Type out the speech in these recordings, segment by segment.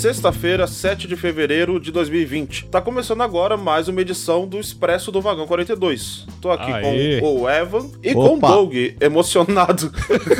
sexta-feira, 7 de fevereiro de 2020. Tá começando agora mais uma edição do Expresso do Vagão 42. Tô aqui com o Evan e com o Doug, emocionado.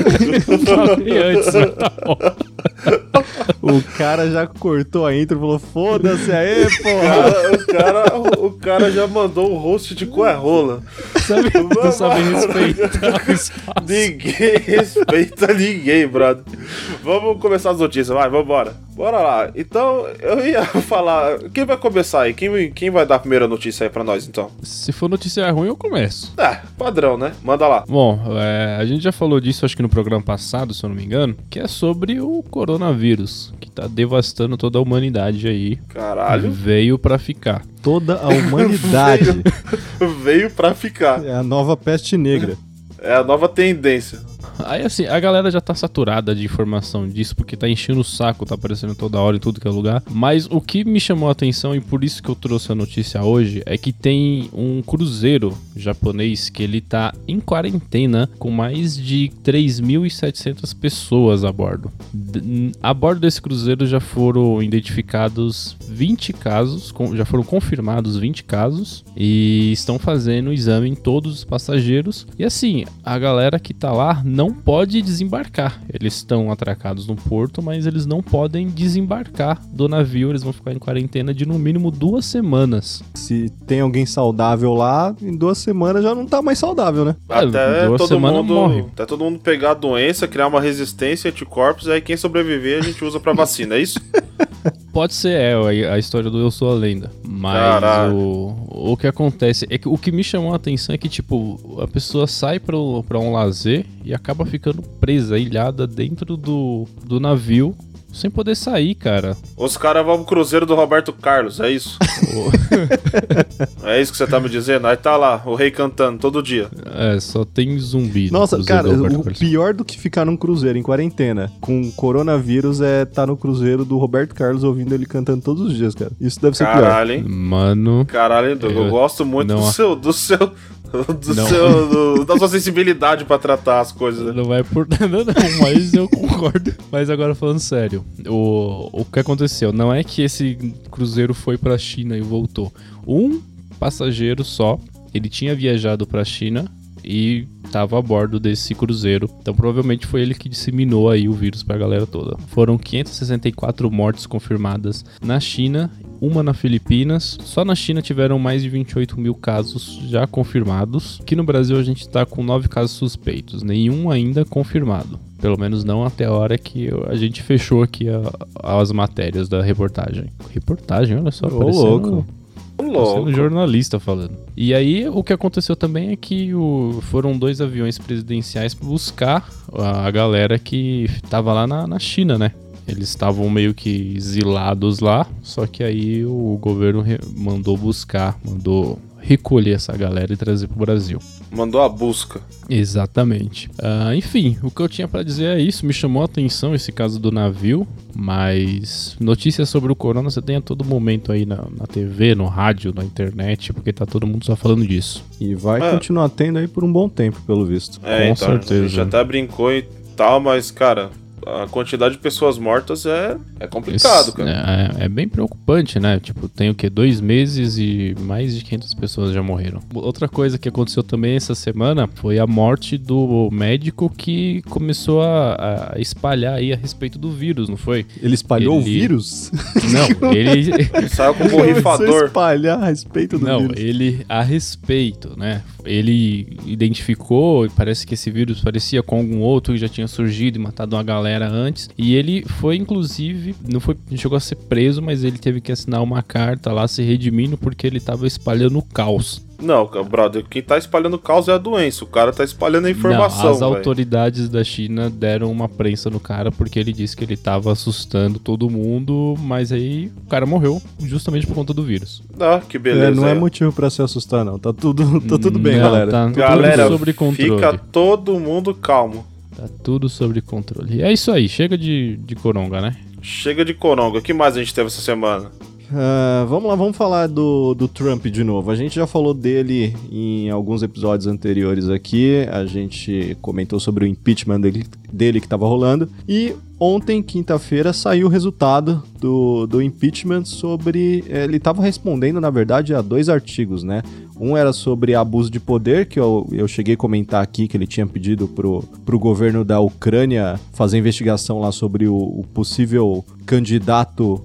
O cara já cortou a intro e falou, foda-se aí, porra. O cara já mandou o host de coerrola. Não sabe respeitar o espaço. Ninguém respeita ninguém, brother. Vamos começar as notícias, vai, vambora. Bora lá. Então, eu ia falar... Quem vai começar aí? Quem vai dar a primeira notícia aí pra nós, então? Se for notícia ruim, eu começo. Padrão, né? Manda lá. Bom, a gente já falou disso, acho que no programa passado, se eu não me engano, que é sobre o coronavírus, que tá devastando toda a humanidade aí. Caralho. Veio pra ficar. Toda a humanidade. Veio pra ficar. É a nova peste negra. É a nova tendência. Aí assim, a galera já tá saturada de informação disso, porque tá enchendo o saco, tá aparecendo toda hora em tudo que é lugar. Mas o que me chamou a atenção, e por isso que eu trouxe a notícia hoje, é que tem um cruzeiro japonês que ele tá em quarentena com mais de 3.700 pessoas a bordo. A bordo desse cruzeiro já foram identificados 20 casos, já foram confirmados 20 casos, e estão fazendo exame em todos os passageiros. E assim, a galera que tá lá não pode desembarcar. Eles estão atracados no porto, mas eles não podem desembarcar do navio. Eles vão ficar em quarentena de no mínimo 2 semanas. Se tem alguém saudável lá, em 2 semanas já não tá mais saudável, né? Até 2 semanas morre. Até todo mundo pegar a doença, criar uma resistência, anticorpos, aí quem sobreviver a gente usa pra vacina, é isso? Pode ser, a história do Eu Sou a Lenda. Mas o que acontece é que o que me chamou a atenção é que, tipo, a pessoa sai pra um lazer e acaba ficando presa, ilhada dentro do navio, sem poder sair, cara. Os caras vão pro cruzeiro do Roberto Carlos, é isso? É isso que você tá me dizendo? Aí tá lá, o rei cantando todo dia. Só tem zumbi. Nossa, cara, o pior do que ficar num cruzeiro em quarentena com coronavírus é estar no cruzeiro do Roberto Carlos ouvindo ele cantando todos os dias, cara. Isso deve ser pior. Caralho, hein? Mano. Caralho, eu gosto muito da sua sensibilidade pra tratar as coisas, né? Não vai por nada não, mas eu concordo. Mas agora falando sério, o que aconteceu? Não é que esse cruzeiro foi pra China e voltou. Um passageiro só, ele tinha viajado pra China e estava a bordo desse cruzeiro. Então provavelmente foi ele que disseminou aí o vírus pra galera toda. Foram 564 mortes confirmadas na China, uma na Filipinas. Só na China tiveram mais de 28 mil casos já confirmados. Aqui no Brasil a gente tá com 9 casos suspeitos, nenhum ainda confirmado. Pelo menos não até a hora que a gente fechou aqui as matérias da reportagem. Reportagem, olha só, louco. Sendo jornalista falando. E aí, o que aconteceu também é que foram 2 aviões presidenciais buscar a galera que tava lá na China, né? Eles estavam meio que exilados lá, só que aí o governo mandou recolher essa galera e trazer pro Brasil. Mandou a busca. Exatamente. Enfim, o que eu tinha pra dizer é isso. Me chamou a atenção esse caso do navio, mas notícias sobre o corona você tem a todo momento aí na TV, no rádio, na internet, porque tá todo mundo só falando disso. E vai continuar tendo aí por um bom tempo, pelo visto. Com certeza. A gente até brincou e tal, mas, cara... A quantidade de pessoas mortas é complicado, cara. É bem preocupante, né? Tipo, tem o quê? 2 meses e mais de 500 pessoas já morreram. Outra coisa que aconteceu também essa semana foi a morte do médico que começou a espalhar aí a respeito do vírus, não foi? Ele espalhou o vírus? Não, ele saiu com um borrifador. Espalhar a respeito do vírus. Não, ele a respeito, né? Ele identificou, parece que esse vírus parecia com algum outro que já tinha surgido e matado uma galera antes, e ele foi inclusive, não chegou a ser preso, mas ele teve que assinar uma carta lá se redimindo porque ele tava espalhando o caos. Não, brother, quem tá espalhando o caos é a doença, o cara tá espalhando a informação. Não, as autoridades da China deram uma prensa no cara porque ele disse que ele tava assustando todo mundo, mas aí o cara morreu justamente por conta do vírus. Que beleza. Não é motivo pra se assustar, não. Tá tudo bem, galera. Tá galera, tudo sob controle. Fica todo mundo calmo. Tá tudo sob controle. É isso aí, chega de coronga, né? Chega de coronga. O que mais a gente teve essa semana? Vamos lá, vamos falar do Trump de novo. A gente já falou dele em alguns episódios anteriores aqui. A gente comentou sobre o impeachment dele que estava rolando. E ontem, quinta-feira, saiu o resultado do impeachment sobre... Ele estava respondendo, na verdade, a 2 artigos, né? Um era sobre abuso de poder, que eu cheguei a comentar aqui, que ele tinha pedido pro governo da Ucrânia fazer investigação lá sobre o possível candidato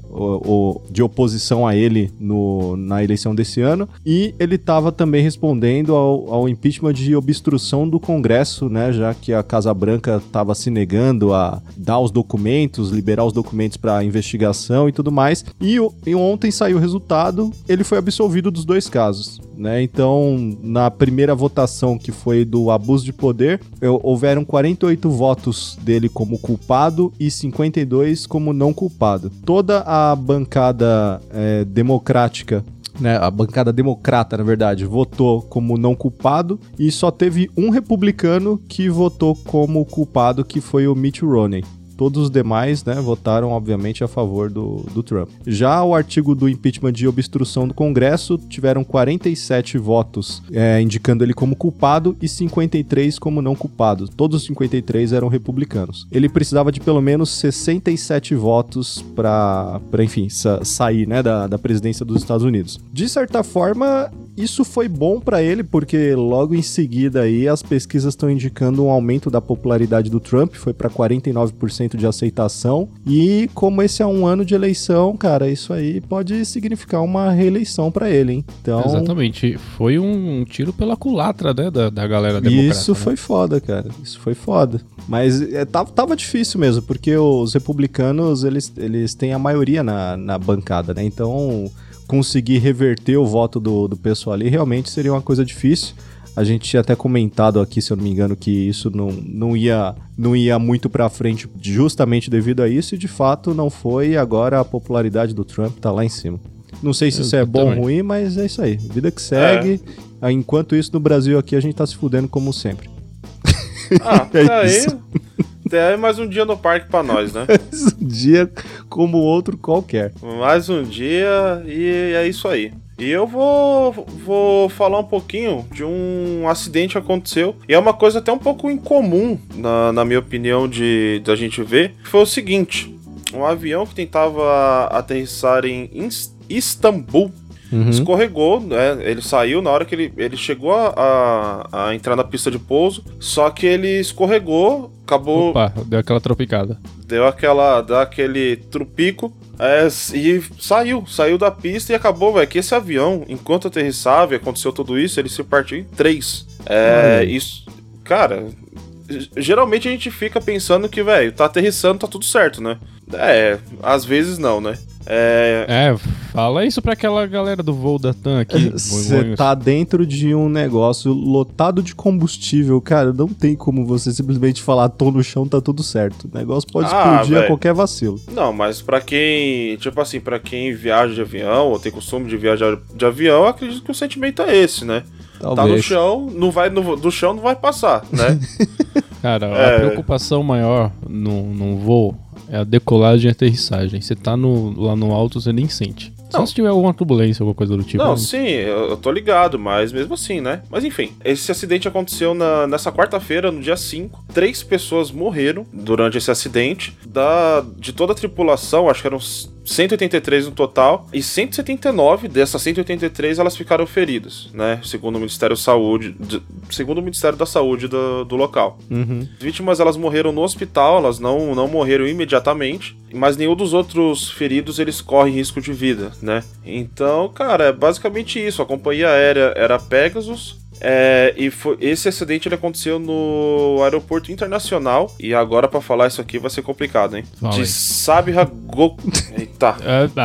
de oposição a ele na eleição desse ano. E ele estava também respondendo ao impeachment de obstrução do Congresso, né? Já que a Casa Branca estava se negando a dar os documentos, liberar os documentos para investigação e tudo mais. E ontem saiu o resultado, ele foi absolvido dos 2 casos, né? Então, na primeira votação, que foi do abuso de poder, houveram 48 votos dele como culpado e 52 como não culpado. Toda a bancada democrática, né, a bancada democrata, na verdade, votou como não culpado e só teve um republicano que votou como culpado, que foi o Mitt Romney. Todos os demais, né, votaram, obviamente, a favor do Trump. Já o artigo do impeachment de obstrução do Congresso, tiveram 47 votos indicando ele como culpado e 53 como não culpado. Todos os 53 eram republicanos. Ele precisava de pelo menos 67 votos para enfim, sair, né, da presidência dos Estados Unidos. De certa forma, isso foi bom para ele, porque logo em seguida aí as pesquisas estão indicando um aumento da popularidade do Trump, foi para 49% de aceitação, e como esse é um ano de eleição, cara, isso aí pode significar uma reeleição para ele, hein? Então... Exatamente, foi um tiro pela culatra, né, da galera democrata. Isso foi foda, cara, isso foi foda. Mas tava difícil mesmo, porque os republicanos, eles têm a maioria na bancada, né? Então, conseguir reverter o voto do pessoal ali realmente seria uma coisa difícil. A gente tinha até comentado aqui, se eu não me engano, que isso não ia muito pra frente justamente devido a isso, e de fato não foi, e agora a popularidade do Trump tá lá em cima. Não sei se isso é bom ou ruim, mas é isso aí. Vida que segue. Enquanto isso, no Brasil aqui, a gente tá se fudendo como sempre. É mais um dia no parque pra nós, né? Mais um dia como outro qualquer. Mais um dia e é isso aí. E eu vou falar um pouquinho de um acidente que aconteceu. E é uma coisa até um pouco incomum, na minha opinião, da gente ver. Foi o seguinte: um avião que tentava aterrissar em Istambul, escorregou, né? Ele saiu na hora que ele chegou a entrar na pista de pouso, só que ele escorregou, acabou... Opa, deu aquela tropicada. Deu aquele trupico, e saiu da pista e acabou, velho, que esse avião, enquanto aterrissava e aconteceu tudo isso, ele se partiu em 3. Isso, cara, geralmente a gente fica pensando que, velho, tá aterrissando, tá tudo certo, né? Às vezes não, né? Fala isso pra aquela galera do voo da TAM aqui. Você tá dentro de um negócio lotado de combustível, cara, não tem como você simplesmente falar, tô no chão, tá tudo certo. O negócio pode explodir a qualquer vacilo. Não, mas pra quem, pra quem viaja de avião, ou tem costume de viajar de avião, eu acredito que o sentimento é esse, né? Talvez. Tá no chão, do chão não vai passar, né? Cara, a preocupação maior num voo é a decolagem e a aterrissagem. Você tá lá no alto, você nem sente. Só se tiver alguma turbulência, alguma coisa do tipo. Não, sim, eu tô ligado, mas mesmo assim, né? Mas enfim, esse acidente aconteceu nessa quarta-feira, no dia 5. 3 pessoas morreram durante esse acidente. De toda a tripulação, acho que eram 183 no total, e 179 dessas 183 elas ficaram feridas, né? Segundo o Ministério da Saúde do local. As vítimas, elas morreram no hospital, elas não morreram imediatamente, mas nenhum dos outros feridos, eles correm risco de vida, né? Então, cara, é basicamente isso. A companhia aérea era Pegasus. Esse acidente ele aconteceu no aeroporto internacional. E agora, pra falar isso aqui, vai ser complicado, hein? De Sabiha-Gökçen. Eita.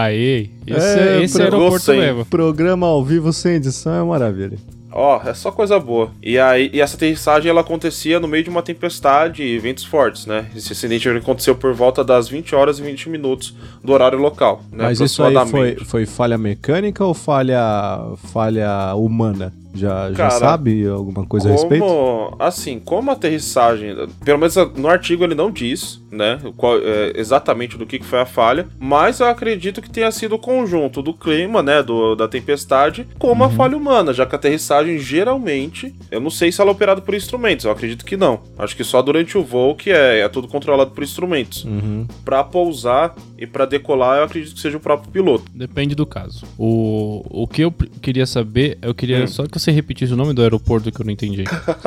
Esse aeroporto mesmo. Programa ao vivo sem edição é maravilha. É só coisa boa. E essa aterrissagem, ela acontecia no meio de uma tempestade e ventos fortes, né? Esse acidente aconteceu por volta das 20 horas e 20 minutos do horário local, né? Mas isso aí foi falha mecânica ou falha humana? Já Cara, sabe alguma coisa a respeito? Assim, como a aterrissagem, pelo menos no artigo ele não diz, né, exatamente do que foi a falha, mas eu acredito que tenha sido o conjunto do clima, né, da tempestade, com uma falha humana, já que a aterrissagem geralmente, eu não sei se ela é operada por instrumentos, eu acredito que não. Acho que só durante o voo que é tudo controlado por instrumentos. Pra pousar e pra decolar, eu acredito que seja o próprio piloto. Depende do caso. O que eu queria saber, eu queria só que você repetisse o nome do aeroporto que eu não entendi.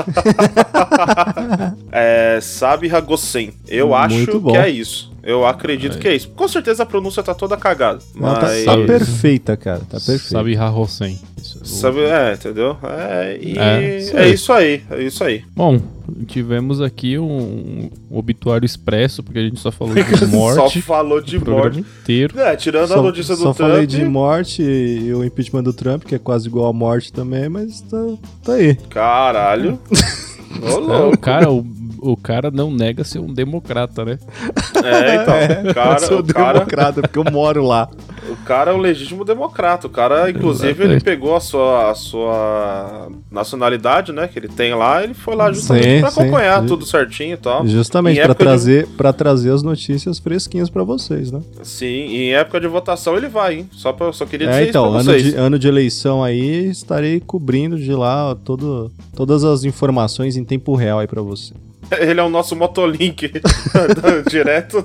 Sabe Hagosen. Eu acho que é isso. Eu acredito que é isso. Com certeza a pronúncia tá toda cagada. Mas... Tá perfeita, cara. Tá perfeita. Sabe Hagosen. Entendeu? É isso aí. É isso aí. Bom, tivemos aqui um obituário expresso, porque a gente só falou de morte. Só falou de morte. Inteiro. Tirando a notícia do Trump. Só falei de morte e o impeachment do Trump, que é quase igual a morte também, mas tá aí. Caralho. O cara não nega ser um democrata, né? Então. Eu sou democrata, porque eu moro lá. O cara é um legítimo democrata. O cara, inclusive, ele pegou a sua nacionalidade, né? Que ele tem lá. Ele foi lá justamente pra acompanhar tudo certinho e tal. Justamente pra trazer as notícias fresquinhas pra vocês, né? Sim, e em época de votação ele vai, hein? Só queria dizer então, isso pra vocês. ano de eleição aí, estarei cobrindo de lá todas as informações em tempo real aí pra você. Ele é o nosso Motolink direto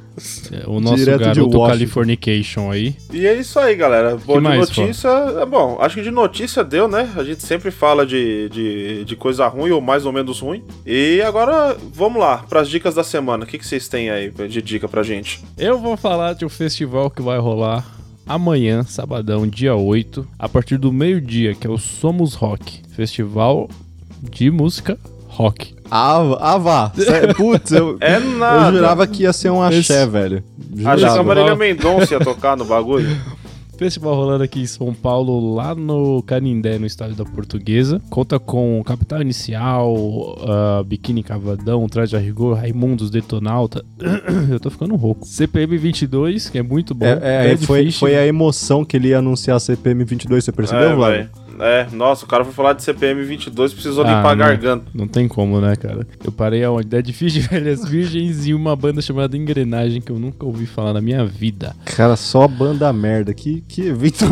o nosso direto garoto Californication aí. E é isso aí, galera. Bom, de notícia... Bom, acho que de notícia deu, né? A gente sempre fala de coisa ruim ou mais ou menos ruim. E agora, vamos lá, pras dicas da semana. O que vocês têm aí de dica pra gente? Eu vou falar de um festival que vai rolar amanhã, sabadão, dia 8, a partir do meio-dia, que é o Somos Rock. Festival de música rock. Vá. Putz, eu jurava que ia ser um axé, velho. Achei que a Marília Mendonça ia tocar no bagulho. Festival rolando aqui em São Paulo, lá no Canindé, no estádio da Portuguesa. Conta com Capital Inicial, Biquíni Cavadão, Traje a Rigor, Raimundos, Detonauta. Eu tô ficando rouco. CPM 22, que é muito bom. Foi a emoção que ele ia anunciar a CPM 22, você percebeu, Vlad? Nossa, o cara foi falar de CPM 22, precisou limpar a garganta. Não tem como, né, cara? Eu parei aonde? Dead Fish, Velhas Virgens e uma banda chamada Engrenagem, que eu nunca ouvi falar na minha vida. Cara, só banda merda. Que evento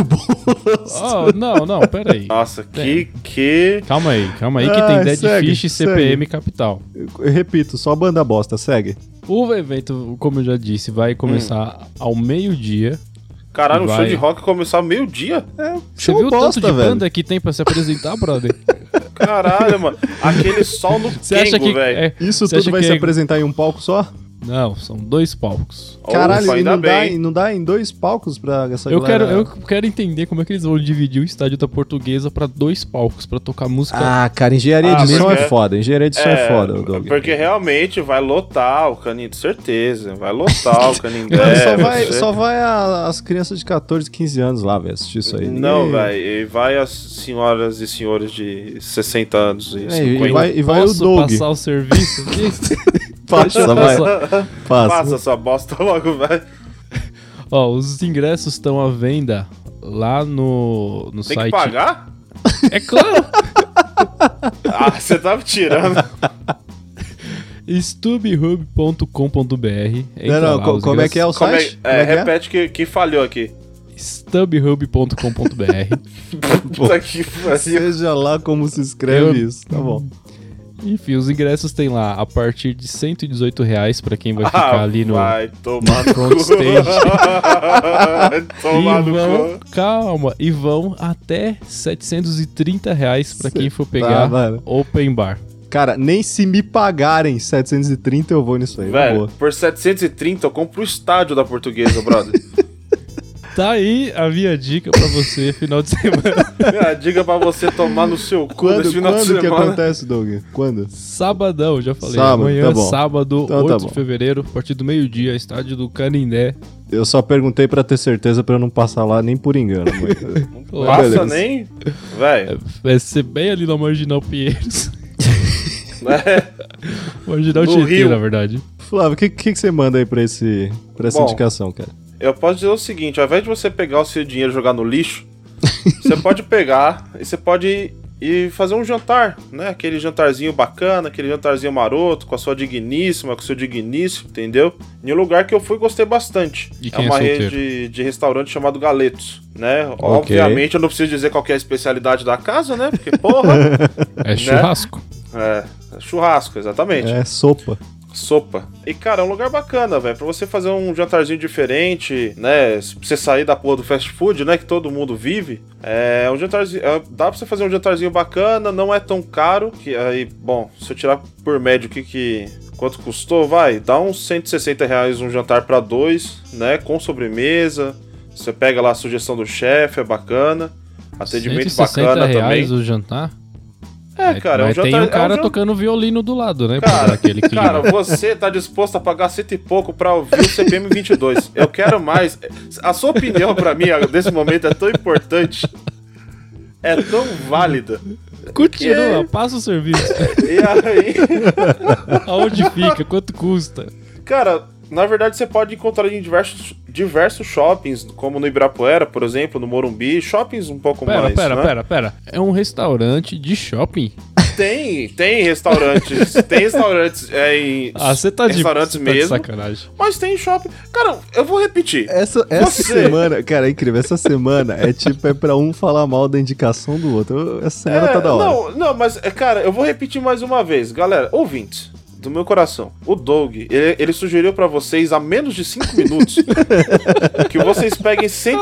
bom. Não, pera aí. Nossa, que... Calma aí, que tem Dead Fish e CPM Capital. Eu repito, só banda bosta, segue. O evento, como eu já disse, vai começar ao meio-dia. Caralho, um show de rock começar meio-dia? Você viu o tanto de banda que tem pra se apresentar, brother? Caralho, mano. Aquele sol no Kengo, velho. Isso tudo vai se apresentar em um palco só? Não, são 2 palcos. Caralho, não dá em 2 palcos pra essa galera? Eu quero entender como é que eles vão dividir o estádio da Portuguesa pra 2 palcos, pra tocar música. Cara, engenharia de som é foda. Engenharia de som é foda, Doug. Porque realmente vai lotar o Canindé, certeza. Vai lotar o Canindé. Só vai as crianças de 14, 15 anos lá, velho, assistir isso aí. Não, velho. E vai as senhoras e senhores de 60 anos e 50. E vai o Doug. Posso passar o serviço aqui? Passa essa bosta logo, velho. Os ingressos estão à venda lá no Tem site. Tem que pagar? É claro! Você tava tirando. stubhub.com.br. Não, como é que é o site? Repete que falhou aqui. stubhub.com.br. Seja lá como se escreve isso, tá bom. Enfim, os ingressos tem lá a partir de R$118 pra quem vai ficar ali no front stage. E vão até R$730 pra quem for pegar open bar. Cara, nem se me pagarem 730 eu vou nisso aí. Velho, por 730 eu compro o estádio da Portuguesa, brother. Tá aí a minha dica pra você, final de semana. Minha dica pra você tomar no seu cu nesse final de semana. Quando que acontece, Doug? Quando? Sabadão, já falei. Amanhã, sábado, então, 8 de fevereiro, a partir do meio-dia, estádio do Canindé. Eu só perguntei pra ter certeza pra eu não passar lá nem por engano. Não passa nem? Velho. Vai ser bem ali na Marginal Pinheiros. Marginal no Tietê, Rio. na verdade. Flávio, o que você manda aí pra essa indicação, cara? Eu posso dizer o seguinte, ao invés de você pegar o seu dinheiro e jogar no lixo, você pode pegar e você pode e fazer um jantar, né? Aquele jantarzinho bacana, aquele jantarzinho maroto, com a sua digníssima, com o seu digníssimo, entendeu? Em um lugar que eu fui e gostei bastante. E É quem uma é solteiro? rede de restaurante chamado Galetos, né? Obviamente eu não preciso dizer qual que é a especialidade da casa, né? Porque, porra... É churrasco. É churrasco, exatamente. É sopa. Sopa. E, cara, é um lugar bacana, velho. Pra você fazer um jantarzinho diferente, né? Pra você sair da porra do fast food, né? Que todo mundo vive. É um jantarzinho... dá pra você fazer um jantarzinho bacana, não é tão caro. Que aí, bom, se eu tirar por médio quanto custou, vai, dá uns R$160 um jantar pra 2, né? Com sobremesa. Você pega lá a sugestão do chefe, é bacana. Atendimento bacana também. R$160 o jantar? Cara, mas é um jantar, tem um cara é um tocando violino do lado, né? Pra dar Cara, aquele clima. cara, você tá disposto a pagar 100 e pouco pra ouvir o CPM 22. Eu quero mais. A sua opinião pra mim, nesse momento, é tão importante. É tão válida. Continua, passa o serviço. E aí... Aonde fica? Quanto custa? Cara, na verdade você pode encontrar em diversos shoppings, como no Ibirapuera, por exemplo, no Morumbi, shoppings um pouco mais, né? Pera. É um restaurante de shopping? Tem restaurantes. Tem restaurantes em você tá restaurantes de mesmo. sacanagem. Mas tem shopping. Cara, eu vou repetir. Essa semana, cara, é incrível. Essa semana é pra um falar mal da indicação do outro. Essa semana tá da hora. Não, mas, cara, eu vou repetir mais uma vez. Galera, ouvintes, do meu coração, o Doug, ele sugeriu pra vocês há menos de 5 minutos que vocês peguem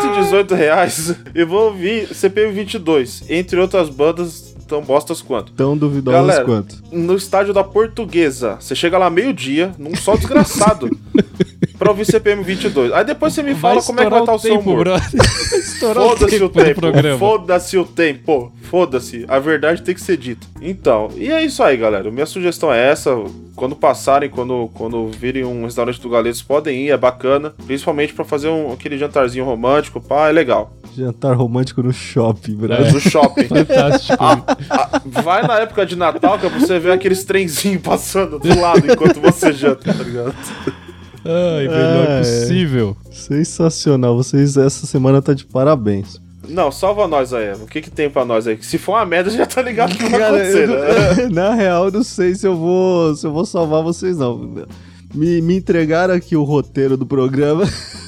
R$118 e vão ouvir CPM 22, entre outras bandas tão bostas quanto. Tão duvidosas Galera, quanto. No estádio da Portuguesa, você chega lá meio-dia, num sol desgraçado, pra ouvir CPM 22. Aí depois você me fala como é que vai estar o seu humor. Foda-se o tempo, foda-se o tempo, foda-se, a verdade tem que ser dita. Então, e é isso aí, galera. Minha sugestão é essa. Quando passarem, quando virem um restaurante do Galetos, podem ir, é bacana. Principalmente pra fazer aquele jantarzinho romântico, pá, é legal. Jantar romântico no shopping, brother. No shopping. Fantástico. Vai na época de Natal, que é pra você ver aqueles trenzinhos passando do lado enquanto você janta, tá ligado? Ai, velho, não é possível. Sensacional. Vocês, essa semana tá de parabéns. Não, salva nós aí, Eva. O que tem pra nós aí? Se for uma merda, já tá ligado o que vai Cara, acontecer, né? Na real, eu não sei se eu vou salvar vocês, não. Me entregaram aqui o roteiro do programa.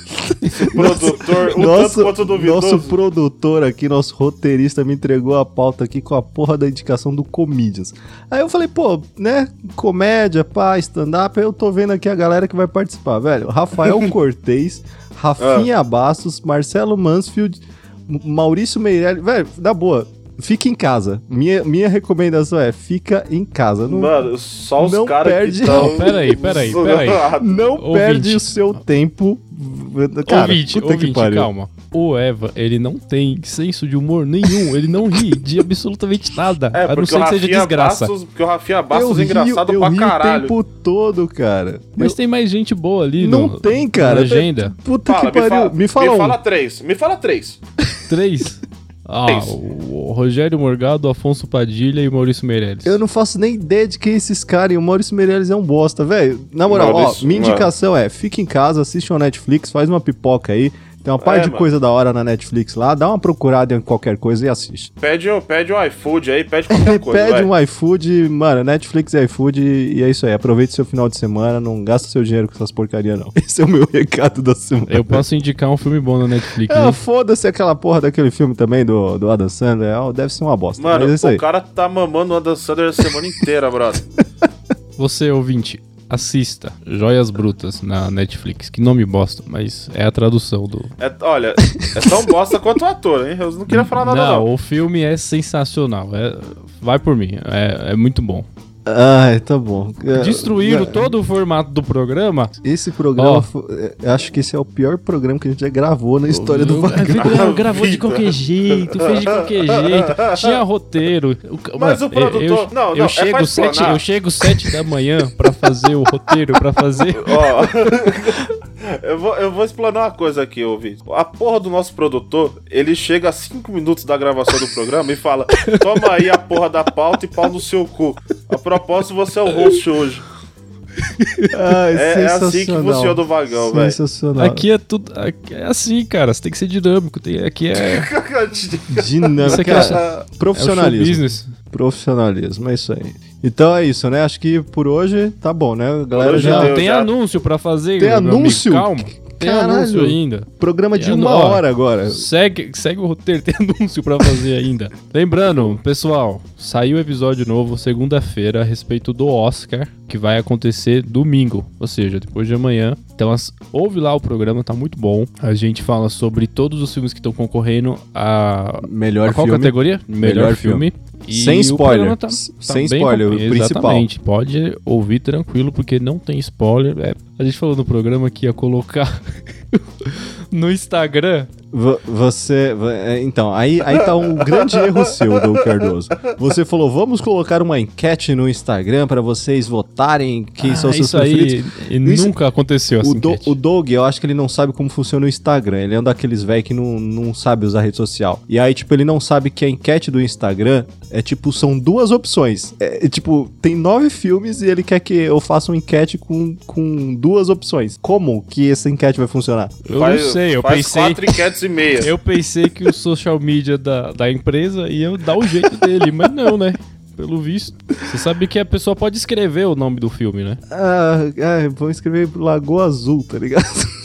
Produtor, tanto quanto duvidoso. Nosso produtor aqui, nosso roteirista, me entregou a pauta aqui com a porra da indicação do Comedians. Aí eu falei, pô, né, comédia, pá, stand-up, aí eu tô vendo aqui a galera que vai participar, velho. Rafael Cortez, Rafinha Bastos, Marcelo Mansfield, Maurício Meirelles, velho, na boa, fica em casa. Minha recomendação é, fica em casa. Não, mano, só os não caras perde... que tão... Não, peraí. Não Ouvinte. perde o seu tempo. Cara, Ouvinte, que pariu. calma. O Eva, ele não tem senso de humor nenhum. Ele não ri de absolutamente nada. A não ser que seja desgraça. Porque o Rafinha Bastos é engraçado pra rio caralho. o tempo todo, cara. Mas tem mais gente boa ali, Não tem, cara. Na legenda. Puta que pariu. Me fala um. Me fala três. 3. O Rogério Morgado, Afonso Padilha e Maurício Meirelles. Eu não faço nem ideia de quem é esses caras. E o Maurício Meirelles é um bosta, velho. Na moral, Maurício, minha indicação é: fica em casa, assiste uma Netflix, faz uma pipoca aí. Tem uma parte de coisa da hora na Netflix lá, dá uma procurada em qualquer coisa e assiste. Pede um iFood aí, pede qualquer coisa. Pede um iFood, mano, Netflix e iFood e é isso aí. Aproveite seu final de semana, não gasta seu dinheiro com essas porcarias, não. Esse é o meu recado da semana. Eu posso indicar um filme bom na Netflix. Foda-se aquela porra daquele filme também do Adam Sandler. Deve ser uma bosta. Mano, mas é isso aí. O cara tá mamando o Adam Sandler a semana inteira, brother. Você, ouvinte, assista Joias Brutas na Netflix. Que nome bosta, mas é a tradução do... Olha, é tão bosta quanto o ator, hein? Eu não queria falar nada, não. O filme é sensacional. Vai por mim, é muito bom. Ai, tá bom. Destruíram todo o formato do programa. Esse programa, acho que esse é o pior programa que a gente já gravou na história do Vagrão. Gravou de qualquer jeito, fez de qualquer jeito. Tinha roteiro. Mas o produtor... Eu chego 7 da manhã pra fazer o roteiro, pra fazer... Eu vou explanar uma coisa aqui, ouvinte. A porra do nosso produtor, ele chega a 5 minutos da gravação do programa e fala: toma aí a porra da pauta e pau no seu cu. A propósito, você é o host hoje. Ai, É assim que funciona o vagão, velho. Sensacional. Aqui é tudo. Aqui é assim, cara. Você tem que ser dinâmico. Aqui é. Dinâmica. Você quer- Profissionalismo. É o show business. Profissionalismo, é isso aí. Então é isso, né? Acho que por hoje tá bom, né? A galera Hoje já... deu. Tem já. anúncio pra fazer. Tem meu amigo. anúncio? Calma. Tem Caralho. anúncio ainda. Programa de Tem 1 hora agora. Segue o roteiro, tem anúncio pra fazer ainda. Lembrando, pessoal, saiu episódio novo segunda-feira a respeito do Oscar, que vai acontecer domingo, ou seja, depois de amanhã. Então, ouve lá o programa, tá muito bom. A gente fala sobre todos os filmes que estão concorrendo a Melhor qual filme. categoria? Melhor filme. E Sem o spoiler. programa tá Sem bem spoiler, o principal. Exatamente. Pode ouvir tranquilo, porque não tem spoiler. A gente falou no programa que ia colocar no Instagram. Então, aí tá um grande erro seu, Doug Cardoso. Você falou, vamos colocar uma enquete no Instagram pra vocês votarem quem são seus isso preferidos. aí nunca aconteceu assim. O Doug, eu acho que ele não sabe como funciona o Instagram. Ele é um daqueles velho que não sabe usar rede social. E aí, tipo, ele não sabe que a enquete do Instagram é, tipo, são 2 opções. Tipo, tem 9 filmes e ele quer que eu faça uma enquete com 2 opções. Como que essa enquete vai funcionar? Eu não sei, eu faz pensei. 4 enquetes e meia. Eu pensei que o social media da empresa ia dar o jeito dele, mas não, né? Pelo visto. Você sabe que a pessoa pode escrever o nome do filme, né? Vamos escrever Lagoa Azul, tá ligado?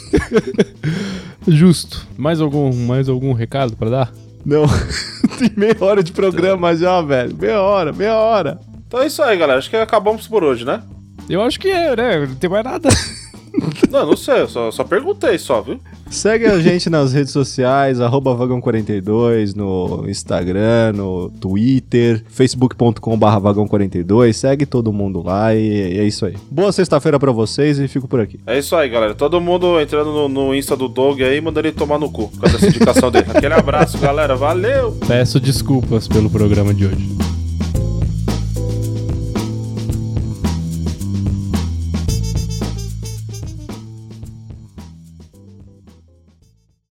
Justo. Mais algum recado pra dar? Não, tem meia hora de programa já, velho. Meia hora. Então é isso aí, galera. Acho que acabamos por hoje, né? Eu acho que é, né? Não tem mais nada. Não sei. Eu só perguntei só, viu? Segue a gente nas redes sociais, @vagão42, no Instagram, no Twitter, facebook.com/vagão42. Segue todo mundo lá e é isso aí. Boa sexta-feira pra vocês e fico por aqui. É isso aí, galera. Todo mundo entrando no Insta do Doug aí, mandando ele tomar no cu por causa dessa indicação dele. Aquele abraço, galera. Valeu! Peço desculpas pelo programa de hoje.